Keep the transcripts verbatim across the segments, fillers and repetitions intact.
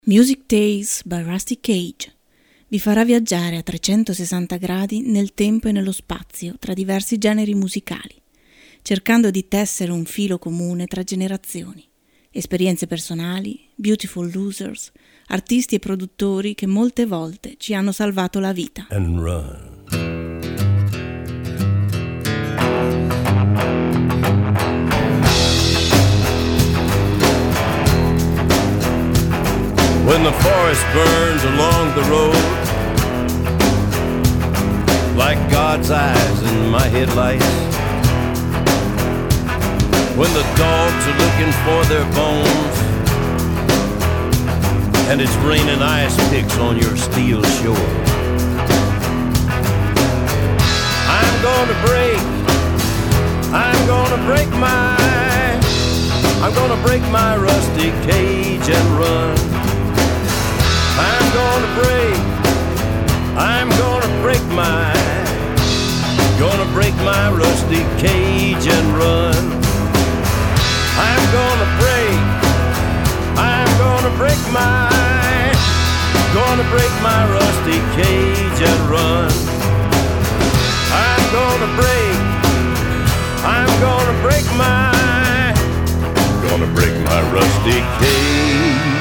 Music Days by Rusty Cage vi farà viaggiare a trecentosessanta gradi nel tempo e nello spazio tra diversi generi musicali, cercando di tessere un filo comune tra generazioni, esperienze personali, beautiful losers, artisti e produttori che molte volte ci hanno salvato la vita. And run. When the forest burns along the road, like God's eyes in my headlights, when the dogs are looking for their bones, and it's raining ice picks on your steel shore, I'm gonna break, I'm gonna break my, I'm gonna break my rusty cage and run. I'm gonna break, I'm gonna break my, gonna break my rusty cage and run. I'm gonna break, I'm gonna break my, gonna break my rusty cage and run. I'm gonna break, I'm gonna break my, gonna break my rusty cage.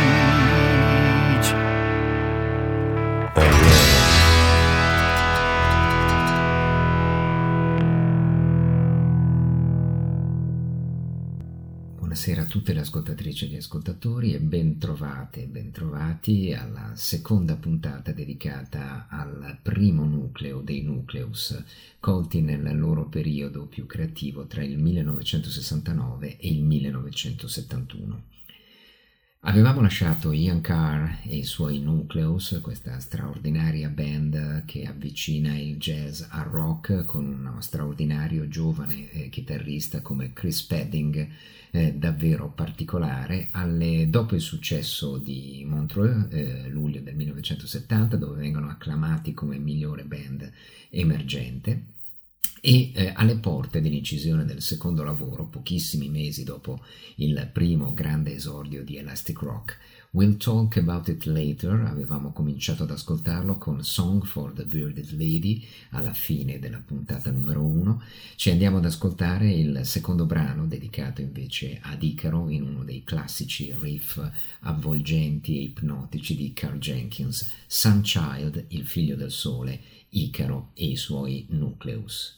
Buonasera a tutte le ascoltatrici e gli ascoltatori e ben trovate e ben trovati alla seconda puntata dedicata al primo nucleo dei Nucleus, colti nel loro periodo più creativo tra il millenovecentosessantanove e il millenovecentosettantuno. Avevamo lasciato Ian Carr e i suoi Nucleus, questa straordinaria band che avvicina il jazz al rock con uno straordinario giovane eh, chitarrista come Chris Spedding, eh, davvero particolare, alle, dopo il successo di Montreux, eh, luglio del millenovecentosettanta, dove vengono acclamati come migliore band emergente. E eh, alle porte dell'incisione del secondo lavoro, pochissimi mesi dopo il primo grande esordio di Elastic Rock, We'll Talk About It Later, avevamo cominciato ad ascoltarlo con Song for the Bearded Lady alla fine della puntata numero uno. Ci andiamo ad ascoltare il secondo brano dedicato invece ad Icaro in uno dei classici riff avvolgenti e ipnotici di Carl Jenkins, Sunchild, il figlio del sole, Icaro e i suoi Nucleus.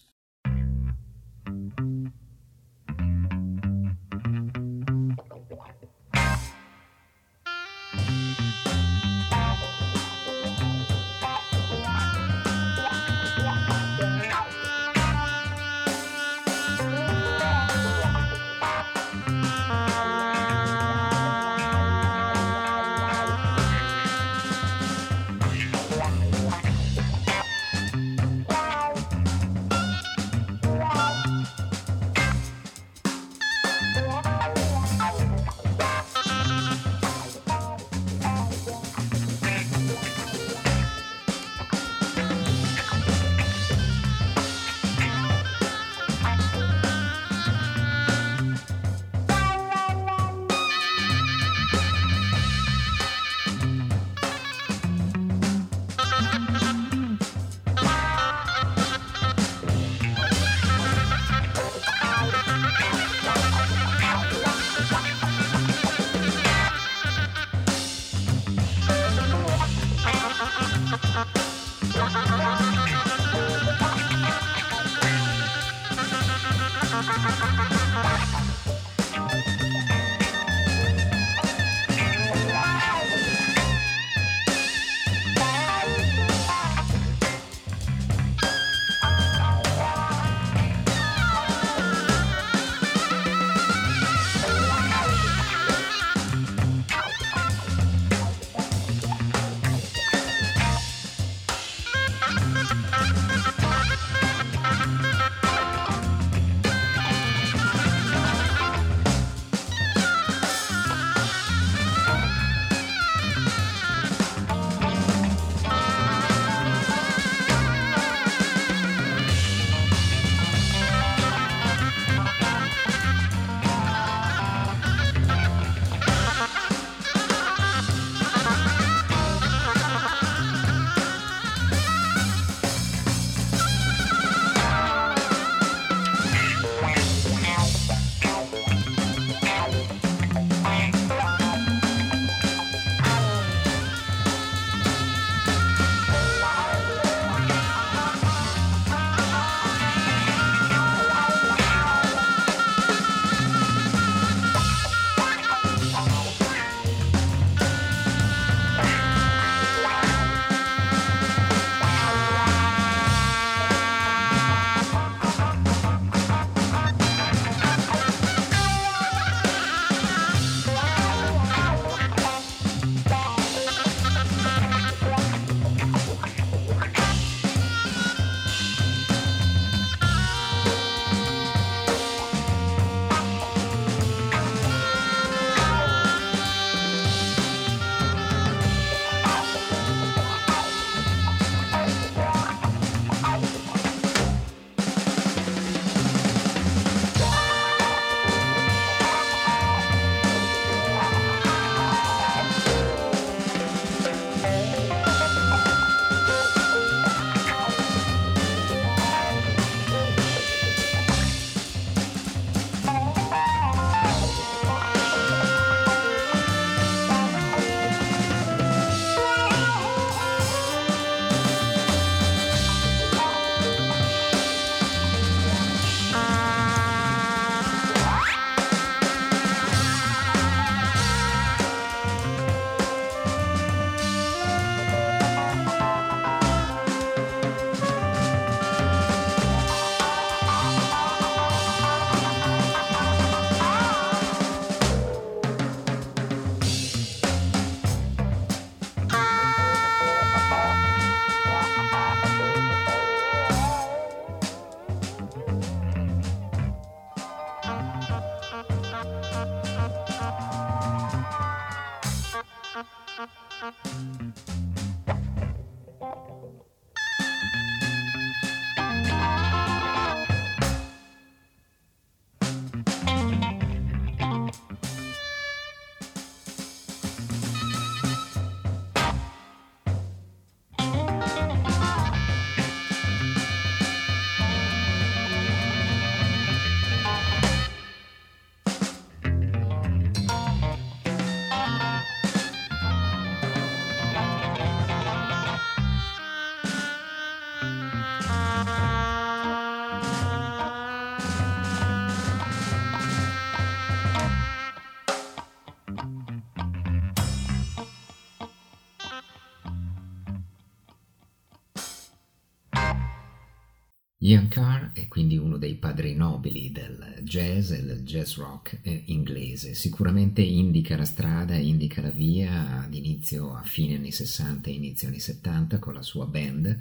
Ian Carr è quindi uno dei padri nobili del jazz e del jazz rock eh, inglese. Sicuramente indica la strada, indica la via ad inizio, a fine anni sessanta e inizio anni settanta con la sua band.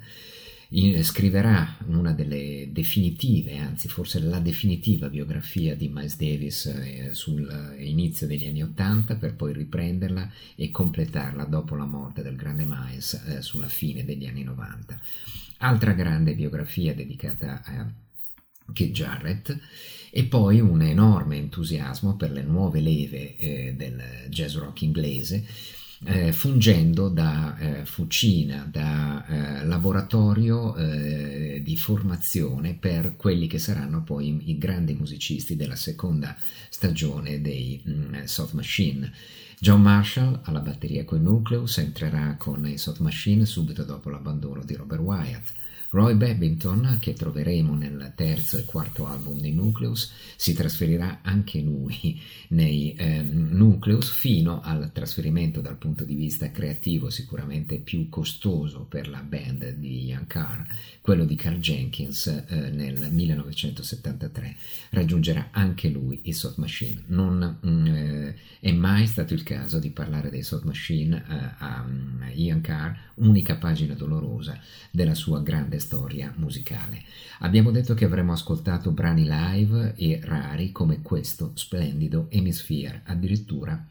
In, scriverà una delle definitive, anzi forse la definitiva biografia di Miles Davis eh, sull'inizio degli anni ottanta, per poi riprenderla e completarla dopo la morte del grande Miles eh, sulla fine degli anni novanta. Altra grande biografia dedicata a Keith Jarrett, e poi un enorme entusiasmo per le nuove leve eh, del jazz rock inglese, eh, fungendo da eh, fucina, da eh, laboratorio eh, di formazione per quelli che saranno poi i, i grandi musicisti della seconda stagione dei mm, Soft Machine. John Marshall alla batteria con i Nucleus entrerà con i Soft Machine subito dopo l'abbandono di Robert Wyatt. Roy Babbington, che troveremo nel terzo e quarto album dei Nucleus, si trasferirà anche lui nei eh, Nucleus, fino al trasferimento dal punto di vista creativo sicuramente più costoso per la band di Ian Carr, quello di Carl Jenkins eh, nel millenovecentosettantatré. Raggiungerà anche lui i Soft Machine. Non mm, eh, è mai stato il caso di parlare dei Soft Machine eh, a um, Ian Carr, unica pagina dolorosa della sua grande storia musicale. Abbiamo detto che avremmo ascoltato brani live e rari come questo splendido Hemisphere, addirittura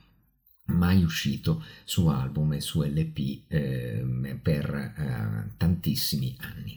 mai uscito su album e su L P eh, per eh, tantissimi anni.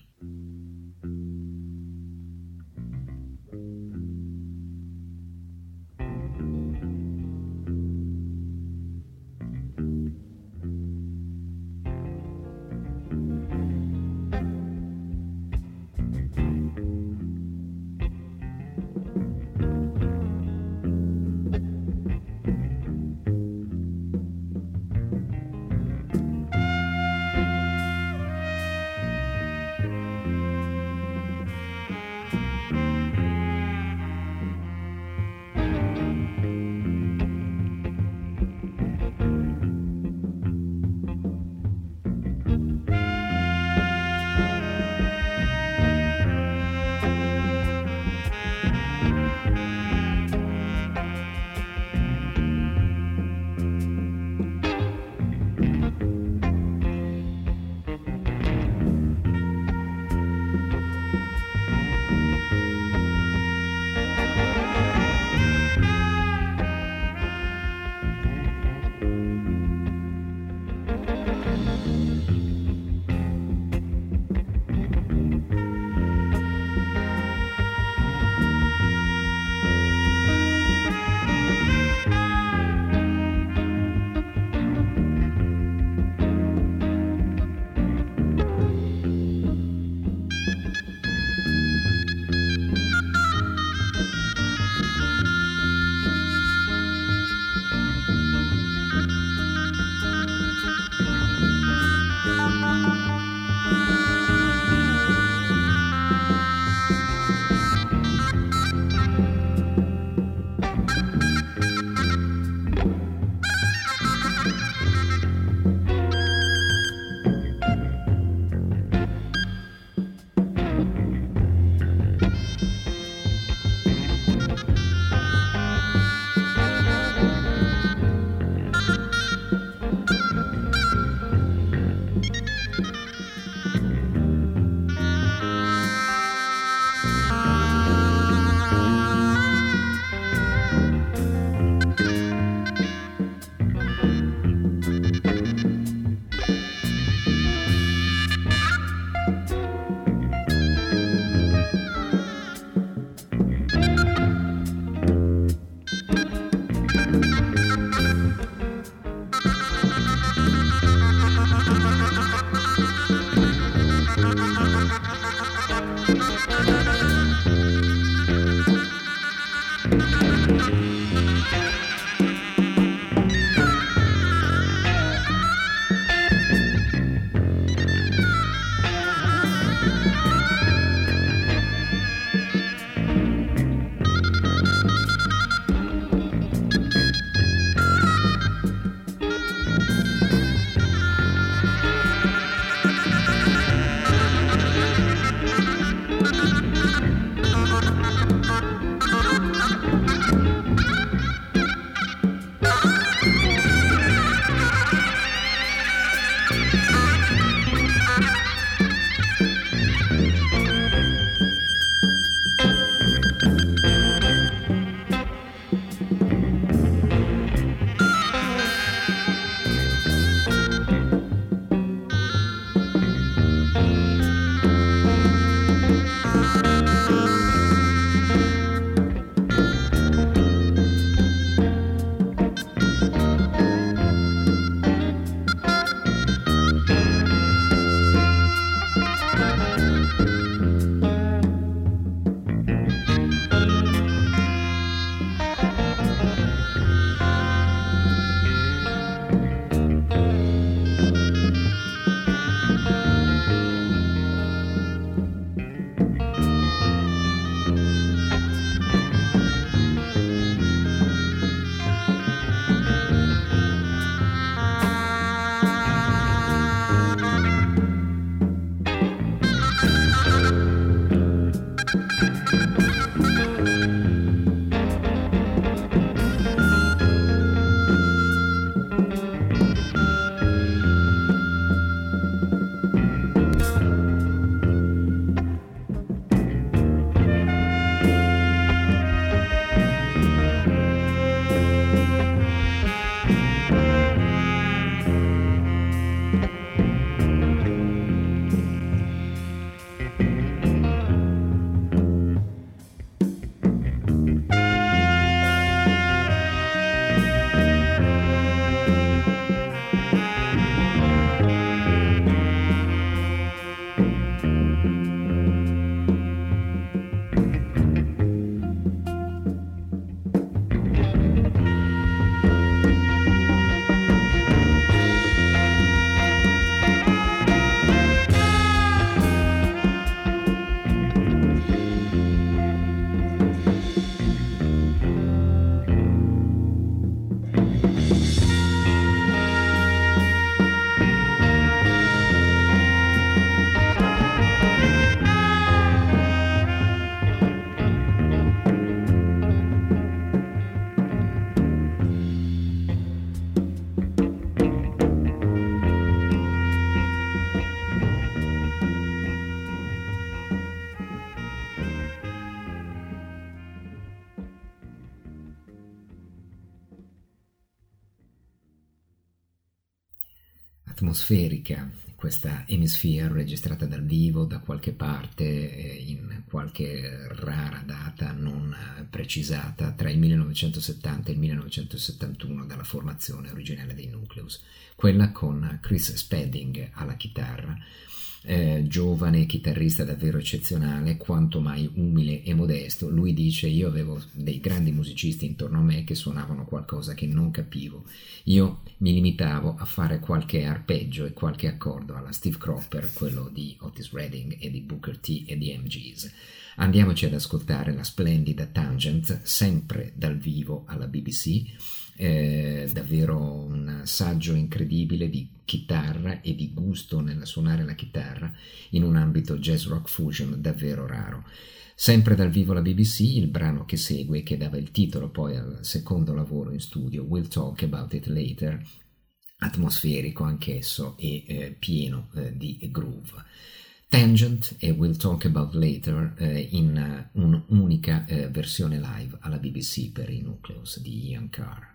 atmosferica, questa Hemisphere registrata dal vivo da qualche parte in qualche rara data non precisata tra il millenovecentosettanta e il millenovecentosettantuno dalla formazione originale dei Nucleus, quella con Chris Spedding alla chitarra, eh, giovane chitarrista davvero eccezionale, quanto mai umile e modesto. Lui dice: io avevo dei grandi musicisti intorno a me che suonavano qualcosa che non capivo, io mi limitavo a fare qualche arpeggio e qualche accordo alla Steve Cropper, quello di Otis Redding e di Booker T e di M Gs. Andiamoci ad ascoltare la splendida Tangent, sempre dal vivo alla B B C. Eh, davvero un saggio incredibile di chitarra e di gusto nel suonare la chitarra in un ambito jazz rock fusion davvero raro. Sempre dal vivo la B B C, il brano che segue, che dava il titolo poi al secondo lavoro in studio, We'll Talk About It Later, atmosferico anch'esso e eh, pieno eh, di groove. Tangent e We'll Talk About Later eh, in uh, un'unica eh, versione live alla B B C per i Nucleus di Ian Carr.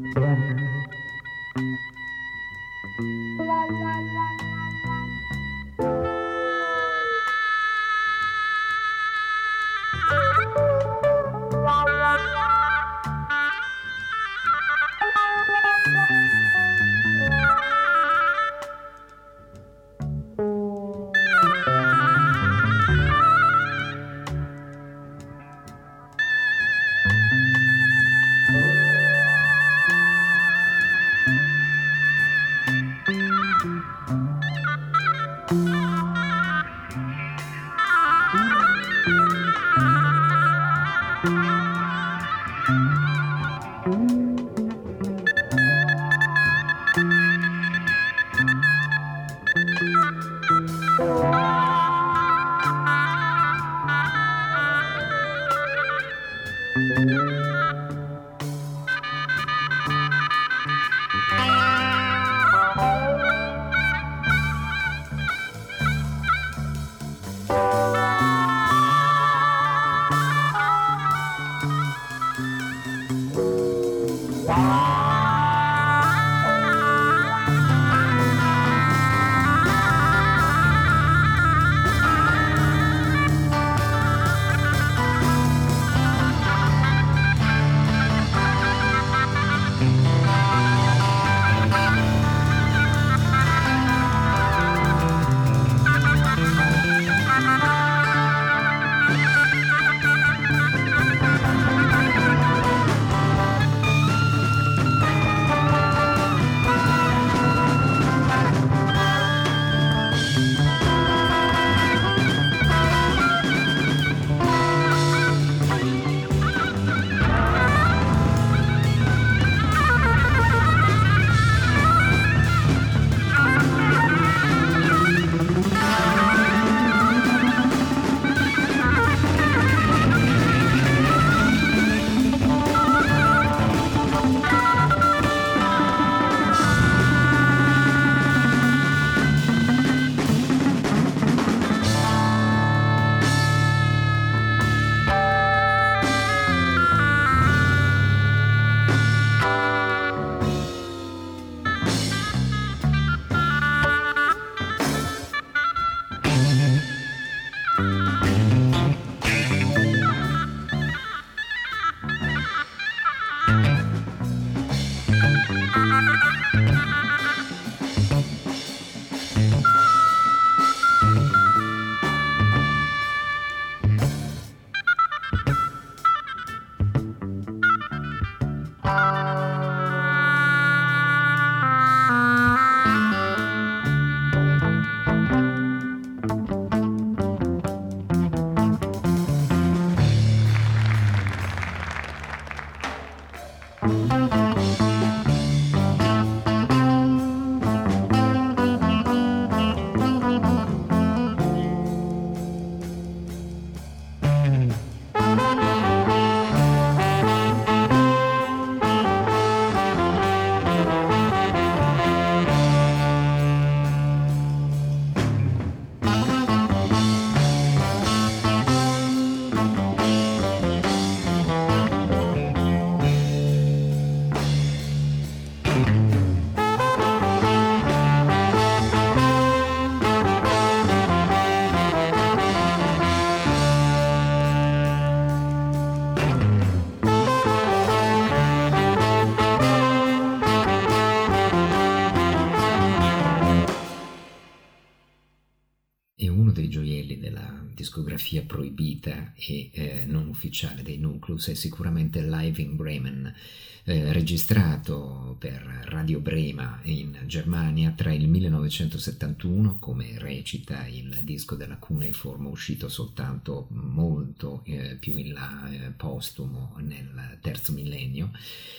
discografia proibita e eh, non ufficiale dei Nucleus è sicuramente Live in Bremen, eh, registrato per Radio Brema in Germania tra il millenovecentosettantuno, come recita il disco della Cuneiform, uscito soltanto molto eh, più in là, eh, postumo, nel terzo millennio,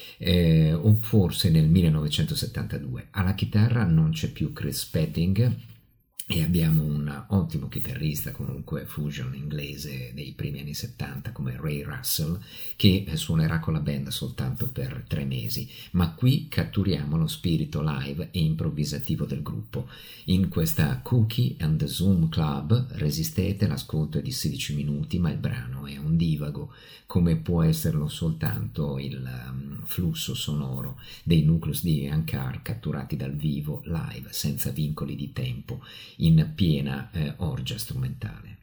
eh, o forse nel millenovecentosettantadue. Alla chitarra non c'è più Chris Petting, e abbiamo un ottimo chitarrista, comunque fusion inglese dei primi anni settanta come Ray Russell, che suonerà con la band soltanto per tre mesi, ma qui catturiamo lo spirito live e improvvisativo del gruppo. In questa Cookie and the Zoom Club resistete, l'ascolto è di sedici minuti, ma il brano è un divago, come può esserlo soltanto il, flusso sonoro dei nucleus di Ankar catturati dal vivo, live, senza vincoli di tempo, in piena eh, orgia strumentale.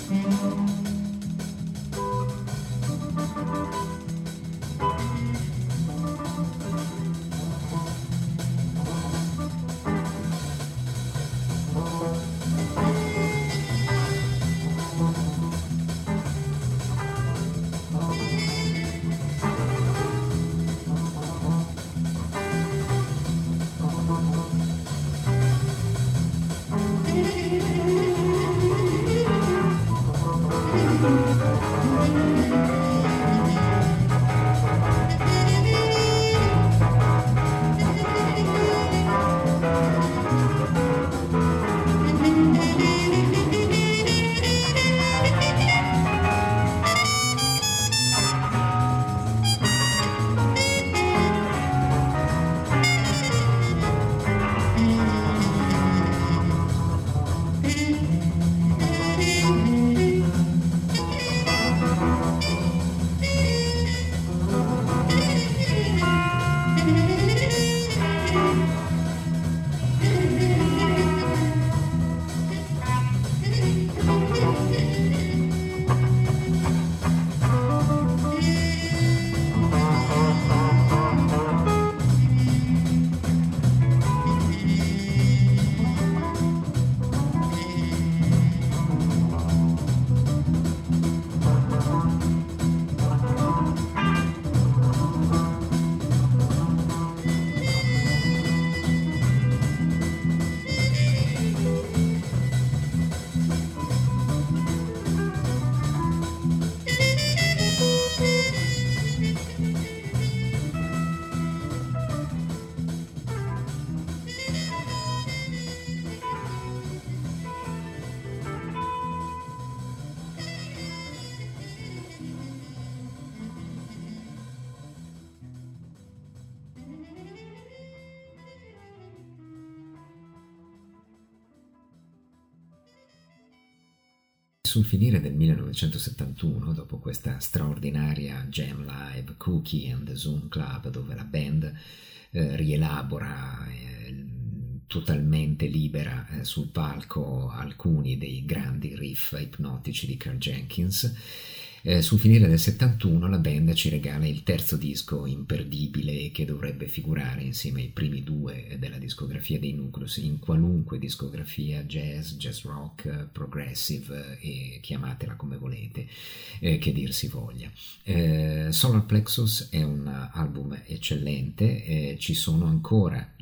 Sul finire del millenovecentosettantuno, dopo questa straordinaria Jam Live Cookie and the Zoom Club, dove la band eh, rielabora eh, totalmente libera eh, sul palco alcuni dei grandi riff ipnotici di Karl Jenkins, Eh, sul finire del settantuno la band ci regala il terzo disco imperdibile che dovrebbe figurare insieme ai primi due della discografia dei Nucleus in qualunque discografia jazz, jazz rock, progressive e chiamatela come volete, eh, che dir si voglia. Eh, Solar Plexus è un album eccellente, eh, ci sono ancora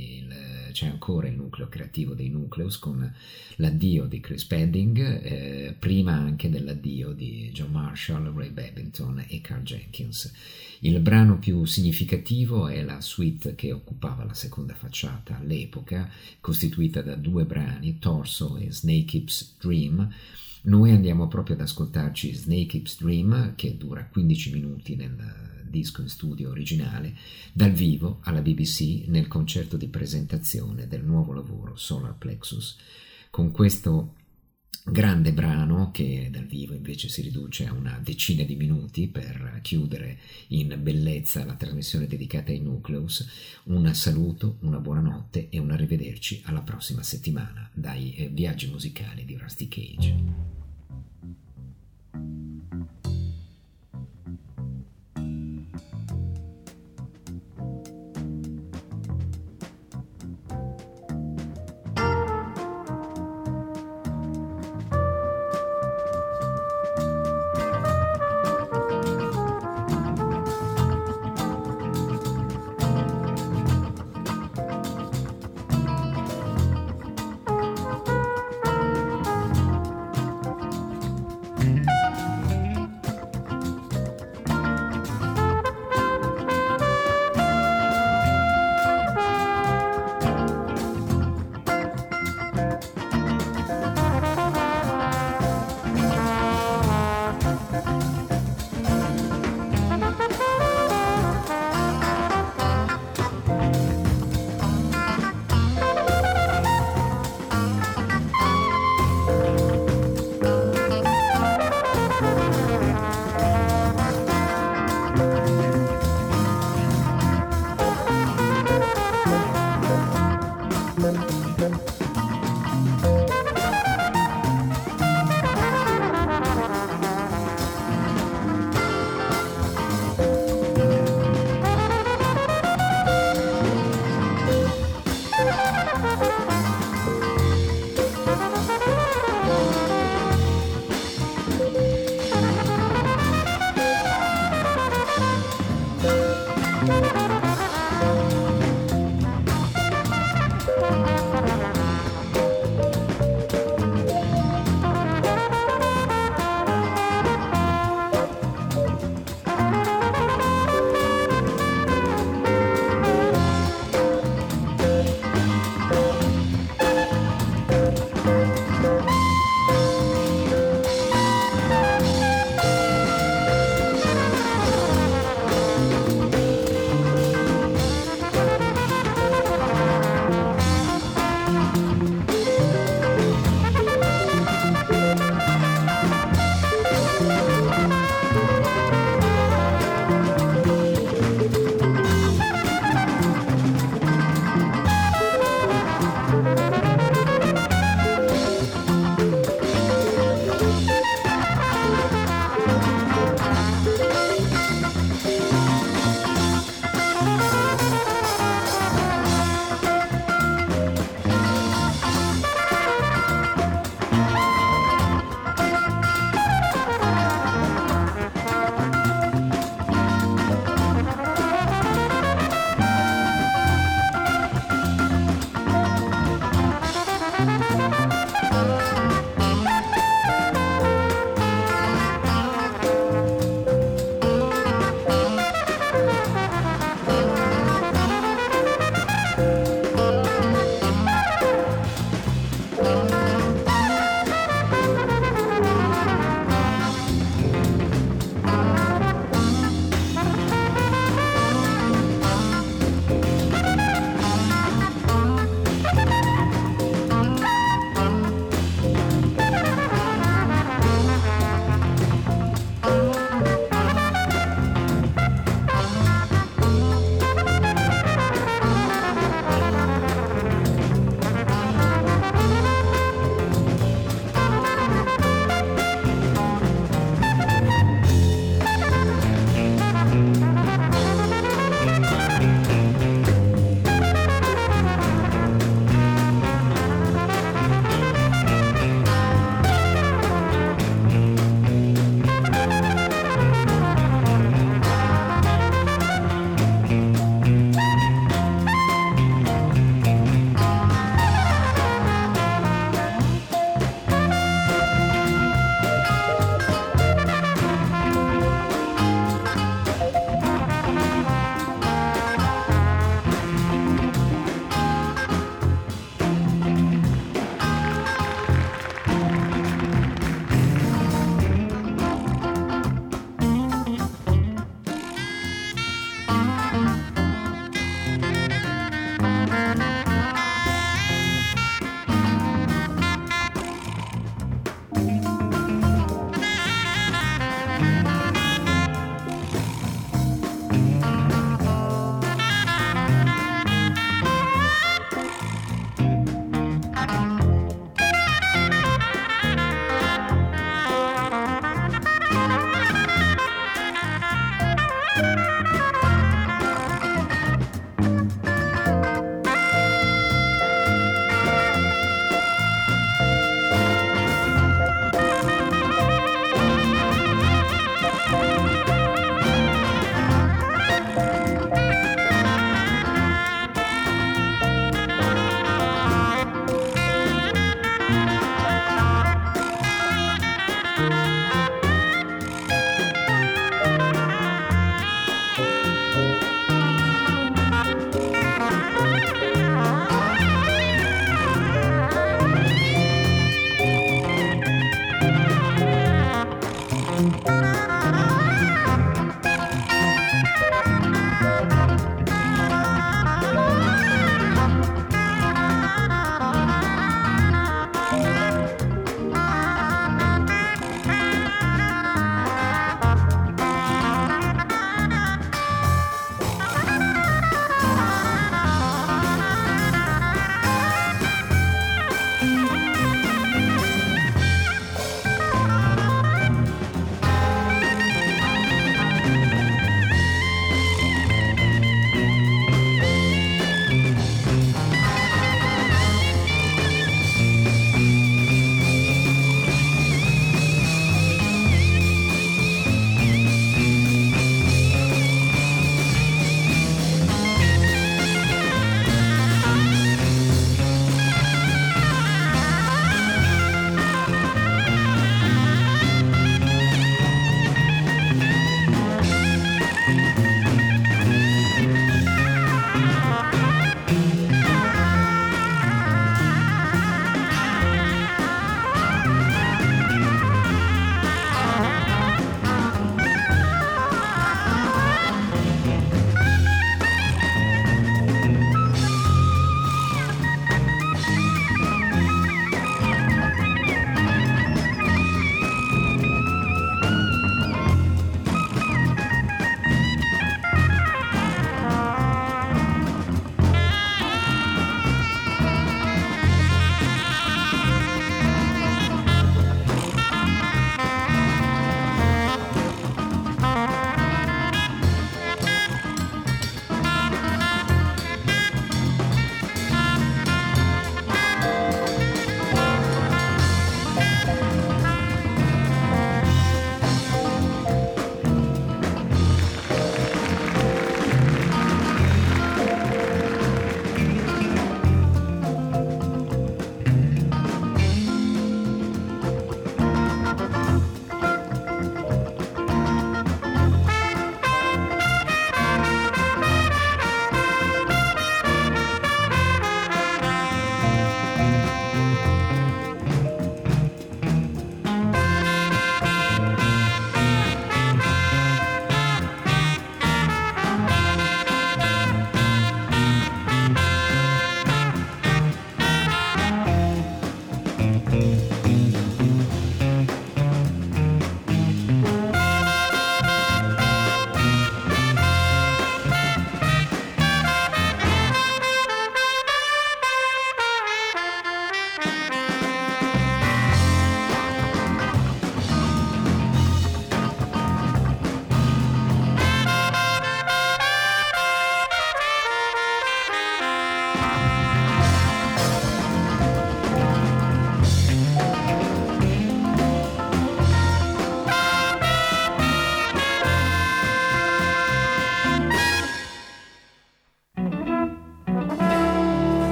il, c'è ancora il nucleo creativo dei Nucleus con l'addio di Chris Spedding, eh, prima anche dell'addio di John Marshall, Ray Babington e Karl Jenkins. Il brano più significativo è la suite che occupava la seconda facciata all'epoca, costituita da due brani, Torso e Snake Hips Dream. Noi andiamo proprio ad ascoltarci Snake Hips Dream, che dura quindici minuti nel disco in studio originale, dal vivo alla B B C nel concerto di presentazione del nuovo lavoro Solar Plexus. Con questo grande brano, che dal vivo invece si riduce a una decina di minuti per chiudere in bellezza la trasmissione dedicata ai Nucleus, un saluto, una buonanotte e un arrivederci alla prossima settimana dai eh, viaggi musicali di Rusty Cage.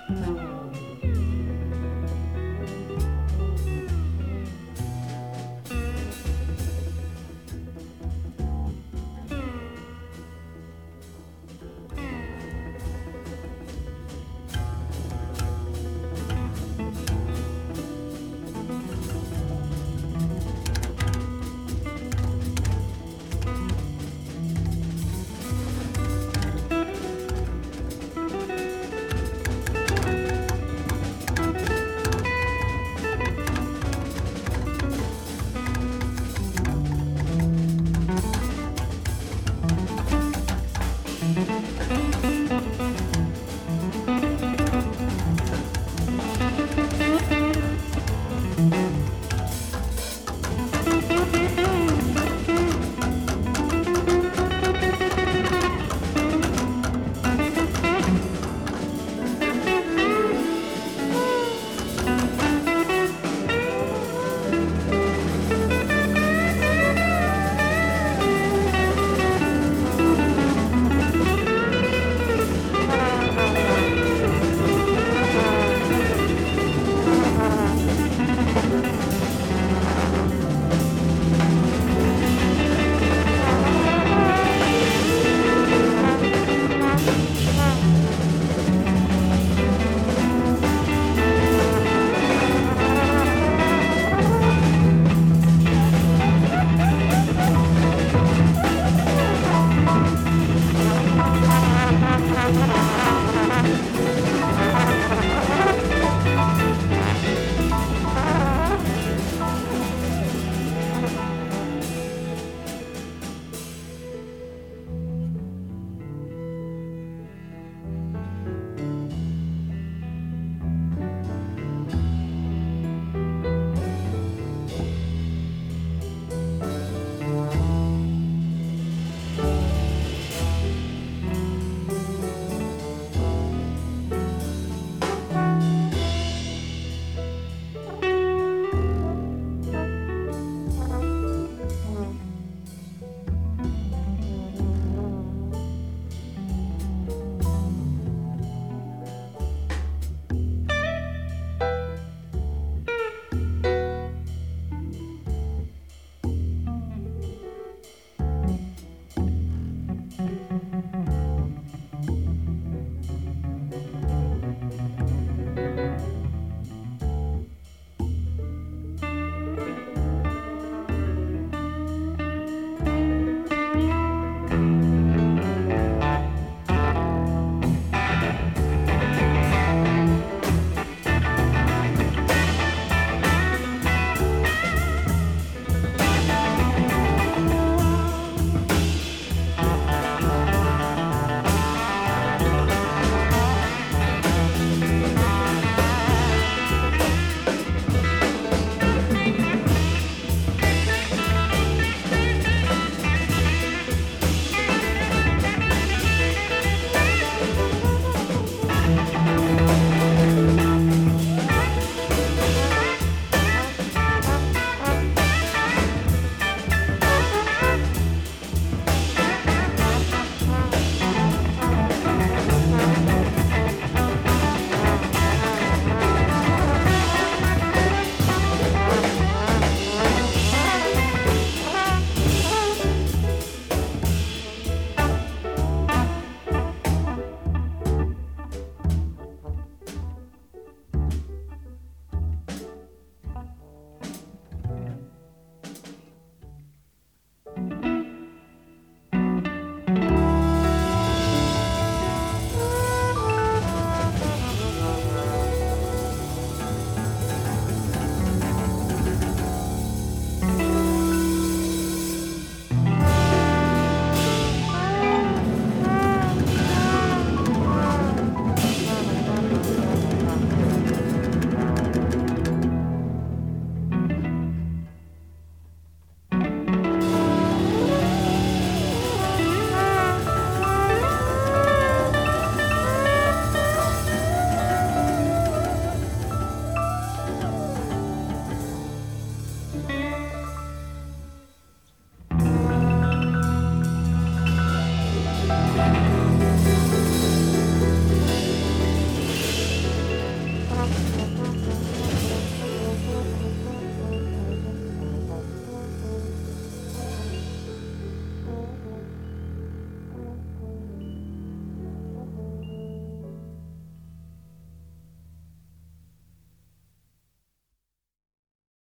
Bye.